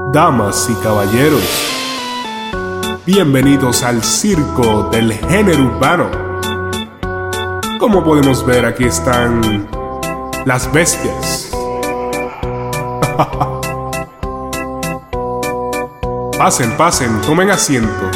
Damas y caballeros, bienvenidos al circo del género urbano. Como podemos ver, aquí están las bestias. Pasen, pasen, tomen asiento.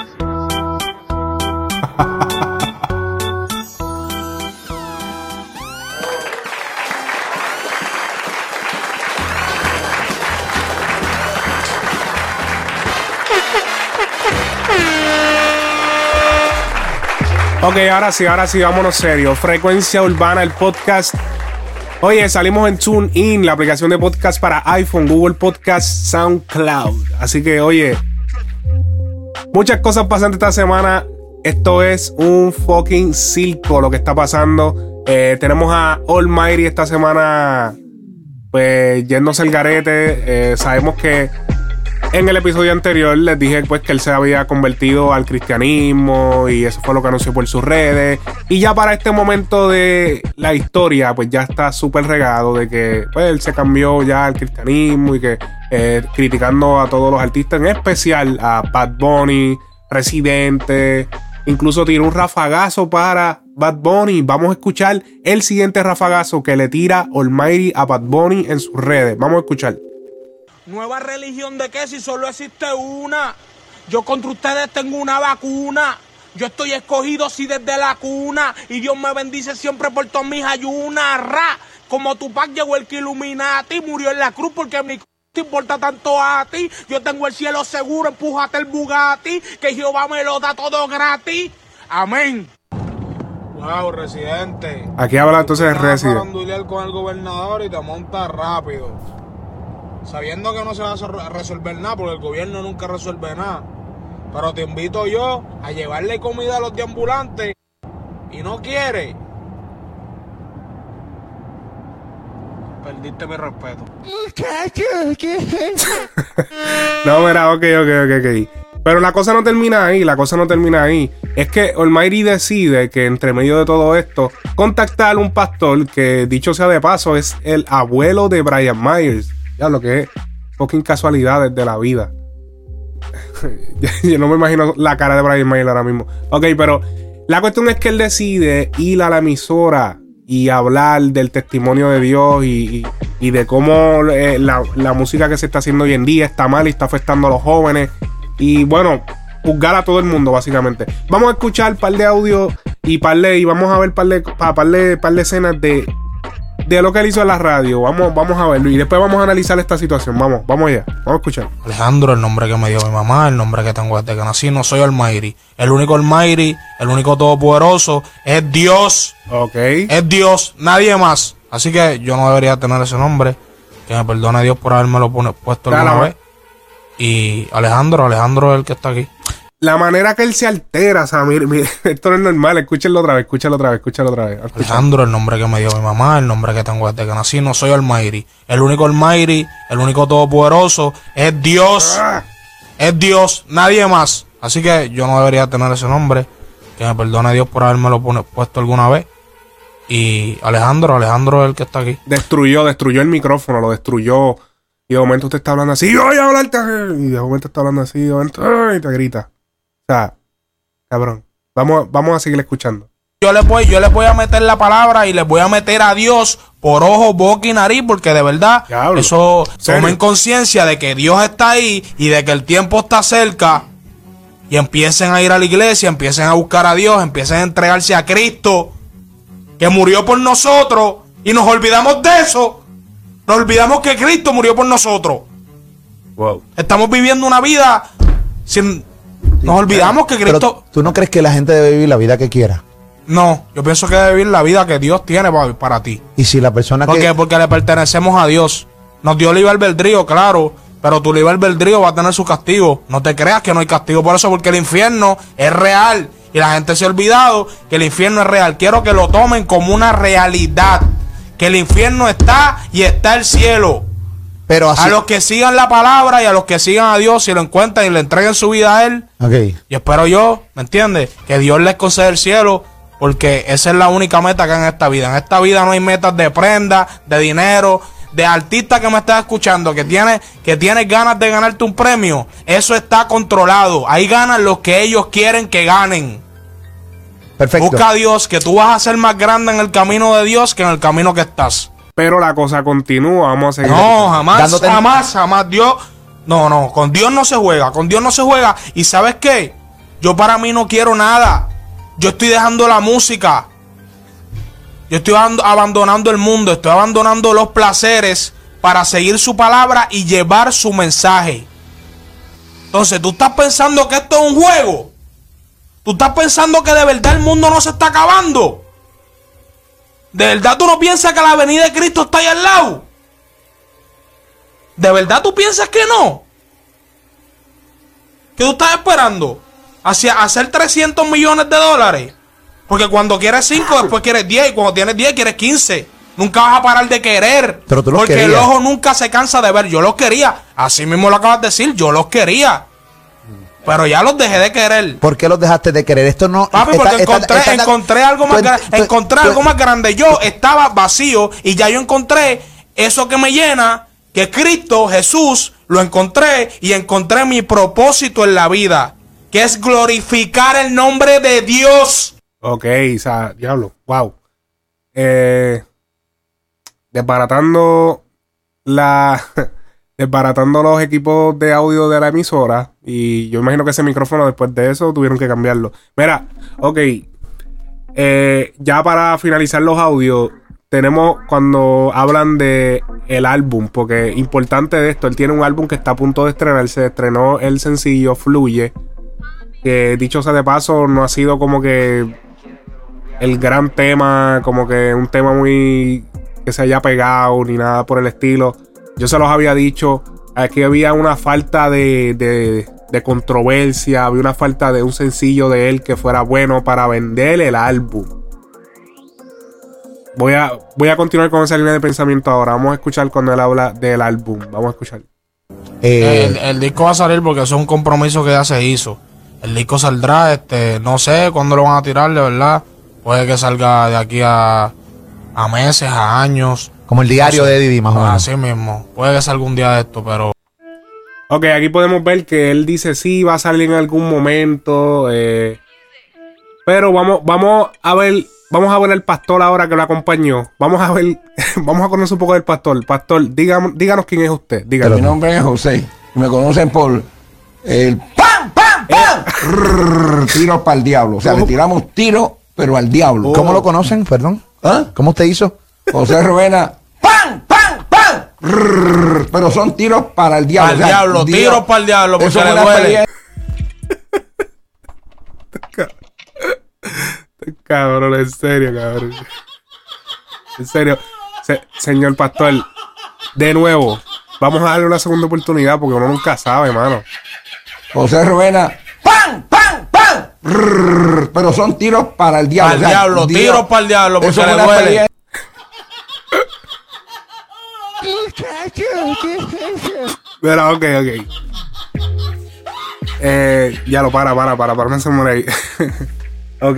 Ok, ahora sí, vámonos serio. Frecuencia Urbana, el podcast. Oye, salimos en TuneIn, la aplicación de podcast para iPhone, Google Podcast, SoundCloud. Así que, oye, muchas cosas pasando esta semana. Esto es un fucking circo lo que está pasando. Tenemos a Almighty esta semana, pues, yéndose el garete. Sabemos que en el episodio anterior les dije pues que él se había convertido al cristianismo y eso fue lo que anunció por sus redes. Y ya para este momento de la historia pues ya está súper regado de que pues él se cambió ya al cristianismo y que criticando a todos los artistas, en especial a Bad Bunny, Residente, incluso tiró un rafagazo para Bad Bunny. Vamos a escuchar el siguiente rafagazo que le tira Almighty a Bad Bunny en sus redes. Vamos a escuchar. Nueva religión de qué si solo existe una. Yo contra ustedes tengo una vacuna. Yo estoy escogido sí desde la cuna. Y Dios me bendice siempre por todas mis ayunas. Ra, como Tupac llegó el que Illuminati. Murió en la cruz porque mi te importa tanto a ti. Yo tengo el cielo seguro, empújate el Bugatti. Que Jehová me lo da todo gratis. Amén. Wow, Residente. Aquí habla entonces Residente. Farandulear con el gobernador y te monta rápido. Sabiendo que no se va a resolver nada, porque el gobierno nunca resuelve nada. Pero te invito yo a llevarle comida a los deambulantes y no quiere. Perdiste mi respeto. No, mira, ok. Pero la cosa no termina ahí, Es que Almighty decide que entre medio de todo esto, contactar a un pastor que, dicho sea de paso, es el abuelo de Brian Myers. Ya lo que es fucking casualidades de la vida. Yo no me imagino la cara de Brian Myers ahora mismo. Ok, pero la cuestión es que él decide ir a la emisora y hablar del testimonio de Dios y de cómo la música que se está haciendo hoy en día está mal y está afectando a los jóvenes. Y bueno, juzgar a todo el mundo, básicamente. Vamos a escuchar un par de audios y vamos a ver par de escenas de lo que él hizo en la radio. Vamos a verlo y después vamos a analizar esta situación. Vamos allá, vamos a escuchar. Alejandro, el nombre que me dio mi mamá, el nombre que tengo desde que nací, no soy Almighty. El único Almighty, el único todopoderoso es Dios. Ok. Es Dios, nadie más. Así que yo no debería tener ese nombre. Que me perdone Dios por haberme puesto alguna vez. Y Alejandro es el que está aquí. La manera que él se altera, Samir, mire, esto no es normal, escúchenlo otra vez. Alejandro, el nombre que me dio mi mamá, el nombre que tengo desde que nací, no soy Almighty. El único Almighty, el único todopoderoso es Dios. Es Dios, nadie más. Así que yo no debería tener ese nombre. Que me perdone Dios por haberme puesto alguna vez. Y Alejandro es el que está aquí. Destruyó el micrófono, lo destruyó. Y de momento usted está hablando así, yo voy a hablarte. Y de momento está hablando así, de momento, y te grita. O sea, cabrón, vamos a seguir escuchando. Yo le voy a meter la palabra y les voy a meter a Dios por ojo, boca y nariz, porque de verdad, Diablo. eso tomen conciencia de que Dios está ahí y de que el tiempo está cerca. Y empiecen a ir a la iglesia, empiecen a buscar a Dios, empiecen a entregarse a Cristo, que murió por nosotros, y nos olvidamos de eso. Nos olvidamos que Cristo murió por nosotros. Wow. Estamos viviendo una vida sin... Nos olvidamos que Cristo... Pero ¿tú no crees que la gente debe vivir la vida que quiera? No, yo pienso que debe vivir la vida que Dios tiene para ti. Y si la persona Porque le pertenecemos a Dios. Nos dio libre albedrío, claro, pero tu libre albedrío va a tener su castigo. No te creas que no hay castigo por eso, porque el infierno es real. Y la gente se ha olvidado que el infierno es real. Quiero que lo tomen como una realidad. Que el infierno está y está el cielo. Pero así... A los que sigan la palabra y a los que sigan a Dios, si lo encuentran y le entreguen su vida a Él. Okay. Y espero yo, ¿me entiendes? Que Dios les conceda el cielo, porque esa es la única meta que hay en esta vida. En esta vida no hay metas de prenda, de dinero, de artista que me estás escuchando, que tienes ganas de ganarte un premio, eso está controlado. Ahí ganan los que ellos quieren que ganen. Perfecto. Busca a Dios, que tú vas a ser más grande en el camino de Dios que en el camino que estás. Pero la cosa continúa, vamos a seguir. No, jamás, Dándote- jamás. Dios, no, con Dios no se juega, con Dios no se juega. ¿Y sabes qué? Yo para mí no quiero nada. Yo estoy dejando la música. Yo estoy abandonando el mundo, estoy abandonando los placeres para seguir su palabra y llevar su mensaje. Entonces, ¿tú estás pensando que esto es un juego? ¿Tú estás pensando que de verdad el mundo no se está acabando? ¿De verdad tú no piensas que la venida de Cristo está ahí al lado? ¿De verdad tú piensas que no? ¿Qué tú estás esperando? ¿Hacer 300 millones de dólares? Porque cuando quieres 5, después quieres 10. Y cuando tienes 10, quieres 15. Nunca vas a parar de querer. Pero tú los porque querías. el ojo nunca se cansa de ver. Yo los quería. Así mismo lo acabas de decir. Yo los quería. Pero ya los dejé de querer. ¿Por qué los dejaste de querer? Esto no. Papi, porque encontré algo más grande. Encontré algo más grande. Yo estaba vacío y ya yo encontré eso que me llena, que es Cristo, Jesús. Lo encontré y encontré mi propósito en la vida, que es glorificar el nombre de Dios. Ok, o sea, diablo, wow. Desbaratando desbaratando los equipos de audio de la emisora. Y yo imagino que ese micrófono después de eso tuvieron que cambiarlo. Mira, ok. Ya para finalizar los audios, tenemos cuando hablan de el álbum, porque importante de esto, él tiene un álbum que está a punto de estrenarse. Estrenó el sencillo Fluye, que dicho sea de paso, no ha sido como que el gran tema, como que un tema muy que se haya pegado ni nada por el estilo. Yo se los había dicho, aquí había una falta de controversia, había una falta de un sencillo de él que fuera bueno para vender el álbum. Voy a continuar con esa línea de pensamiento ahora. Vamos a escuchar cuando él habla del álbum. Vamos a escuchar. El disco va a salir porque eso es un compromiso que ya se hizo. El disco saldrá, no sé cuándo lo van a tirar, de verdad. Puede que salga de aquí a meses, a años. Como el diario No sé. de Didi, más o menos. Así mismo. Puede que salga un día de esto, pero... Ok, aquí podemos ver que él dice sí, va a salir en algún momento. Pero vamos a ver al pastor ahora que lo acompañó. Vamos a conocer un poco del pastor. Pastor, díganos quién es usted. Díganos. Mi nombre es José. Me conocen por el ¡pam, pam, pam! Tiros para el diablo. O sea, le tiramos tiros, pero al diablo. ¿Cómo lo conocen? Perdón. ¿Ah? ¿Cómo usted hizo? José Rovena, ¡pam, pam, pam! Pero son tiros para el diablo. Al diablo, tiros para el diablo, porque eso es le una duele. experiencia. Cabrón, en serio, cabrón. En serio. Señor pastor, de nuevo, vamos a darle una segunda oportunidad porque uno nunca sabe, mano. José Rovena, ¡pam, pam, pam! Pero son tiros para el diablo. Al diablo, tiros para el diablo, porque eso es le una duele. experiencia. Pero, ok. Ya lo para no se muere ahí. Ok.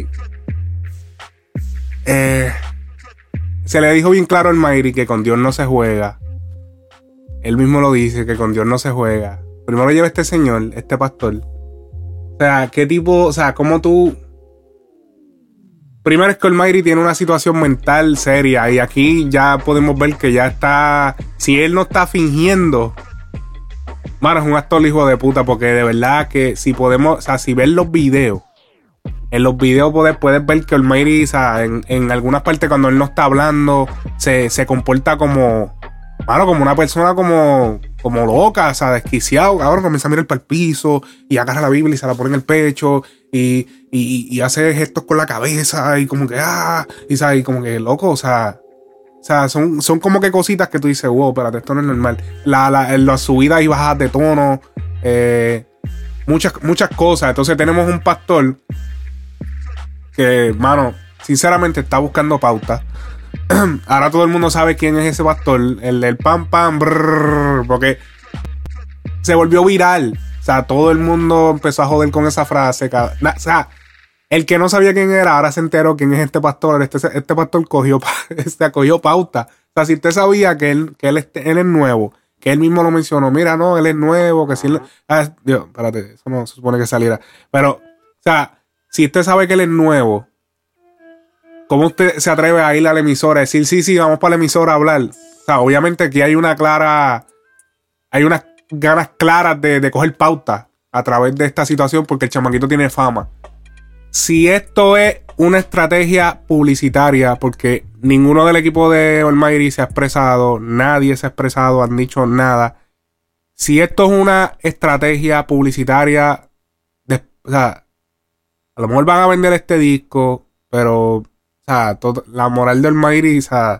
Se le dijo bien claro al Mayri que con Dios no se juega. Él mismo lo dice, que con Dios no se juega. Primero lleva este señor, este pastor. O sea, ¿qué tipo? O sea, ¿cómo tú? Primero es que el Mayri tiene una situación mental seria. Y aquí ya podemos ver que ya está. Si él no está fingiendo, mano, es un actor hijo de puta. Porque de verdad que si podemos, o sea, si ven los videos, en los videos puedes ver que el Mayri, o sea, en algunas partes cuando él no está hablando, se comporta como, mano, como una persona como loca, o sea, desquiciado, cabrón. Comienza a mirar para el piso y agarra la Biblia y se la pone en el pecho y hace gestos con la cabeza y como que, y como que loco, o sea, son como que cositas que tú dices, wow, espérate, esto no es normal. Las subidas y bajadas de tono, muchas cosas. Entonces tenemos un pastor que, mano, sinceramente está buscando pauta. Ahora todo el mundo sabe quién es ese pastor, el del pam pam brrr, porque se volvió viral. O sea, todo el mundo empezó a joder con esa frase. O sea, El que no sabía quién era, ahora se enteró quién es este pastor. Este pastor cogió pauta. O sea, si usted sabía que él es nuevo, que él mismo lo mencionó, mira, no, él es nuevo, que si él... Dios, espérate, eso no se supone que saliera. Pero, o sea, si usted sabe que él es nuevo, ¿cómo usted se atreve a ir a la emisora a decir, sí, vamos para la emisora a hablar? O sea, obviamente aquí hay unas ganas claras de coger pauta a través de esta situación porque el chamaquito tiene fama. Si esto es una estrategia publicitaria, porque ninguno del equipo de Almighty se ha expresado, nadie se ha expresado, han dicho nada. Si esto es una estrategia publicitaria, o sea, a lo mejor van a vender este disco, pero, o sea, la moral de Almighty, o sea,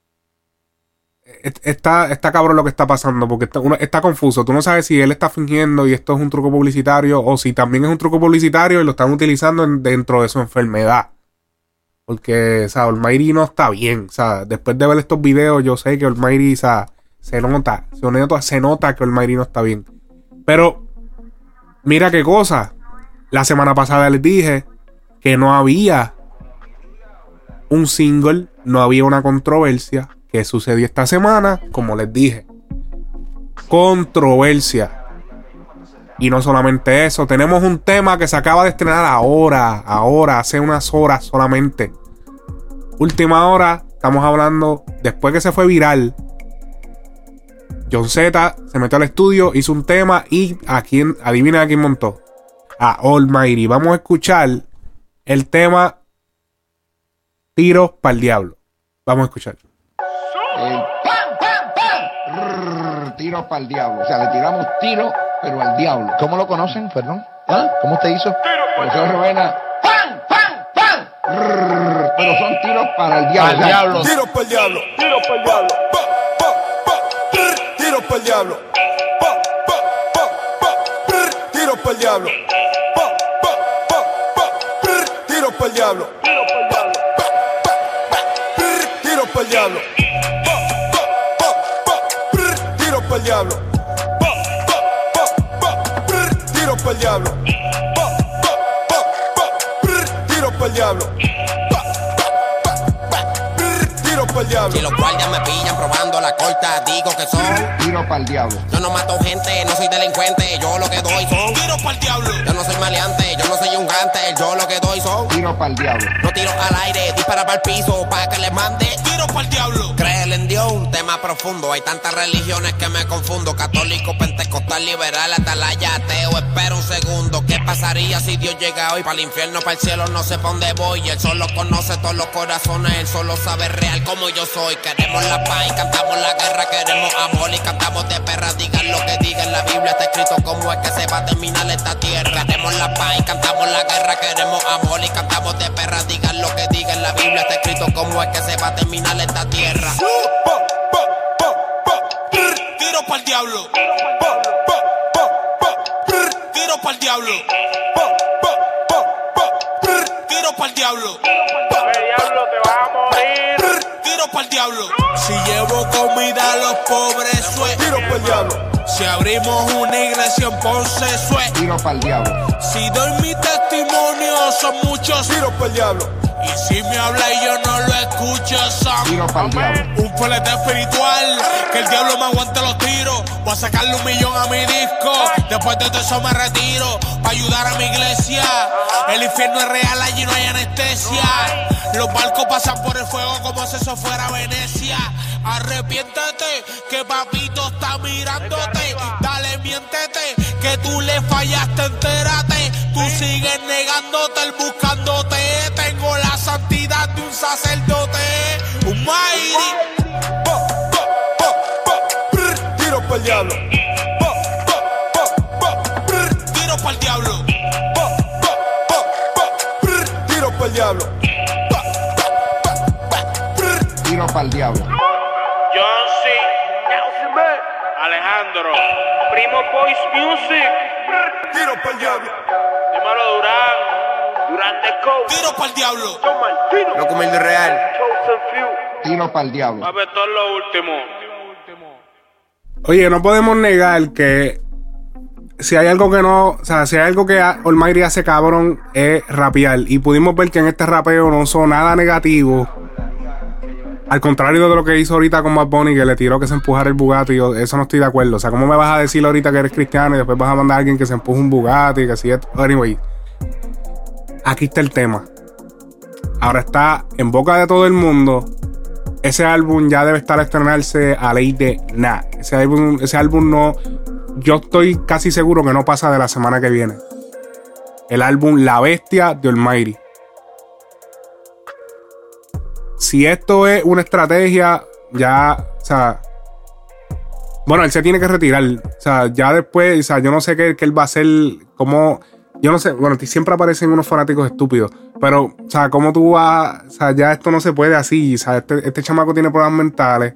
está cabrón lo que está pasando, porque está confuso. Tú no sabes si él está fingiendo y esto es un truco publicitario, o si también es un truco publicitario y lo están utilizando dentro de su enfermedad. Porque, o sea, Almighty no está bien. O sea, después de ver estos videos, yo sé que Almighty, o sea, se nota que Almighty no está bien. Pero, mira qué cosa. La semana pasada les dije que no había un single, no había una controversia. ¿Qué sucedió esta semana? Como les dije, controversia. Y no solamente eso, tenemos un tema que se acaba de estrenar ahora, hace unas horas solamente. Última hora, estamos hablando, después que se fue viral, John Z se metió al estudio, hizo un tema y adivina a quién montó. A Almighty. Vamos a escuchar el tema Tiros para el Diablo. Vamos a escuchar. Tiro para el diablo. O sea, le tiramos tiro, pero al diablo. ¿Cómo lo conocen? Perdón. ¿Ah? ¿Cómo usted hizo? Profesor Rivera. ¡Pam, pam, pam! Pero son tiros para el diablo. Al diablo. Tiro para el diablo. Tiro para el diablo. Tiro para el diablo. Tiro para el diablo. Tiro para el diablo. Tiro para el diablo. Tiro para el diablo. Tiro para el diablo. Tiro para el diablo. Tiro para el diablo. Si los guardias me pillan probando la corta, digo que son Tiro para el diablo. Yo no mato gente, no soy delincuente, yo lo que doy son Tiro para el diablo. Yo no soy maleante, yo no soy un gánster, yo lo que doy son Tiro para el diablo. No tiro al aire, dispara para el piso, para que les mande Tiro para el diablo. Créele en Dios, un tema profundo. Hay tantas religiones que me confundo. Católico, pentecostal, liberal, atalaya, ateo. Espera un segundo. ¿Qué pasaría si Dios llega hoy? Para el infierno, para el cielo, no sé pa' dónde voy. Él solo conoce todos los corazones. Él solo sabe real como yo soy. Queremos la paz y cantamos la guerra. Queremos amor y cantamos de perra. Digan lo que digan, la Biblia está escrito cómo es que se va a terminar esta tierra. Queremos la paz y cantamos la guerra. Queremos amor y cantamos de perra. Digan lo que digan, la Biblia está escrito cómo es que se va a terminar esta tierra. Tiro para el diablo. Tiro para el diablo. Tiro para el diablo. Diablo, te vas a morir. Tiro para el diablo. Si llevo comida a los pobres, sue. Tiro para el diablo. Si abrimos una iglesia en Ponce, sue. Tiro para el diablo. Si doy mi testimonio, son muchos. Tiro para el diablo. Y si me habla y yo no lo escucho, son Tiro para el diablo. un polete espiritual. Que el diablo me aguante los tiros. Voy a sacarle 1 millón a mi disco. Después de todo eso me retiro para ayudar a mi iglesia. El infierno es real, allí no hay anestesia. Los barcos pasan por el fuego como si eso fuera Venecia. Arrepiéntete, que papito está mirándote. Dale, miéntete, que tú le fallaste, entérate. Tú sigues negándote, él buscándote. Tengo la santidad de un sacerdote. Un mighty. Tiro para el diablo. Tiro para el diablo. Tiro para el diablo. Tiro para el diablo. John C. Alejandro. Primo Boys Music. Tiro para el diablo. Dímelo Durán. Durán de Code. Tiro para el diablo. No comer de real. Tiro para el diablo. A ver, todo lo último. Oye, no podemos negar que si hay algo que no, o sea, si hay algo que Almighty hace cabrón es rapear. Y pudimos ver que en este rapeo no son nada negativo. Al contrario de lo que hizo ahorita con Bad Bunny, que le tiró que se empujara el Bugatti. Yo eso no estoy de acuerdo. O sea, ¿cómo me vas a decir ahorita que eres cristiano y después vas a mandar a alguien que se empuje un Bugatti? Que si esto. Anyway, aquí está el tema. Ahora está en boca de todo el mundo. Ese álbum ya debe estar a estrenarse a ley de nada. Ese álbum no. Yo estoy casi seguro que no pasa de la semana que viene. El álbum La Bestia de Almighty. Si esto es una estrategia, ya, o sea, bueno, él se tiene que retirar. O sea, ya después, o sea, yo no sé qué él va a hacer, como, yo no sé, bueno, siempre aparecen unos fanáticos estúpidos, pero, o sea, cómo tú vas, o sea, ya esto no se puede así, o sea, este chamaco tiene problemas mentales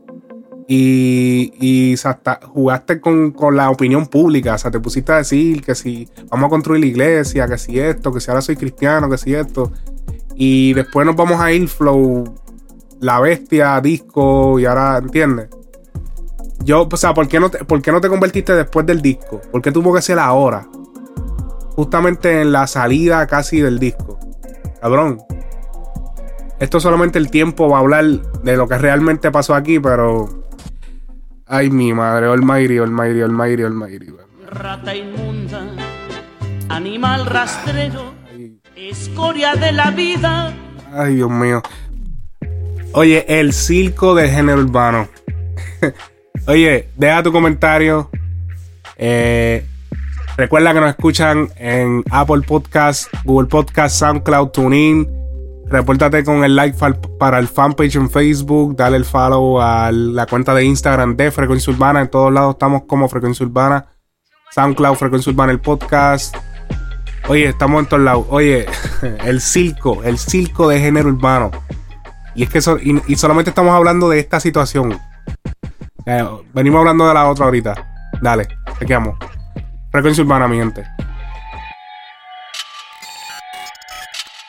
y o sea, hasta jugaste con la opinión pública, o sea, te pusiste a decir que si vamos a construir la iglesia, que si esto, que si ahora soy cristiano, que si esto. Y después nos vamos a ir flow, La Bestia, disco, y ahora, ¿entiendes? Yo, o sea, ¿por qué no te convertiste después del disco? ¿Por qué tuvo que ser ahora? Justamente en la salida casi del disco. Cabrón. Esto solamente el tiempo va a hablar de lo que realmente pasó aquí, pero... Ay, mi madre, Almighty. Rata inmunda, animal rastrero, escoria de la vida. Ay, Dios mío. Oye, el circo del género urbano. Oye, deja tu comentario. Recuerda que nos escuchan en Apple Podcast, Google Podcast, SoundCloud, TuneIn. Repórtate con el like para el fanpage en Facebook. Dale el follow a la cuenta de Instagram de Frecuencia Urbana. En todos lados estamos como Frecuencia Urbana. SoundCloud, Frecuencia Urbana, el podcast. Oye, estamos en todos lados. Oye, el circo de género urbano. Y es que y solamente estamos hablando de esta situación. Venimos hablando de la otra ahorita. Dale, chequeamos. Frecuencia Urbana, mi gente.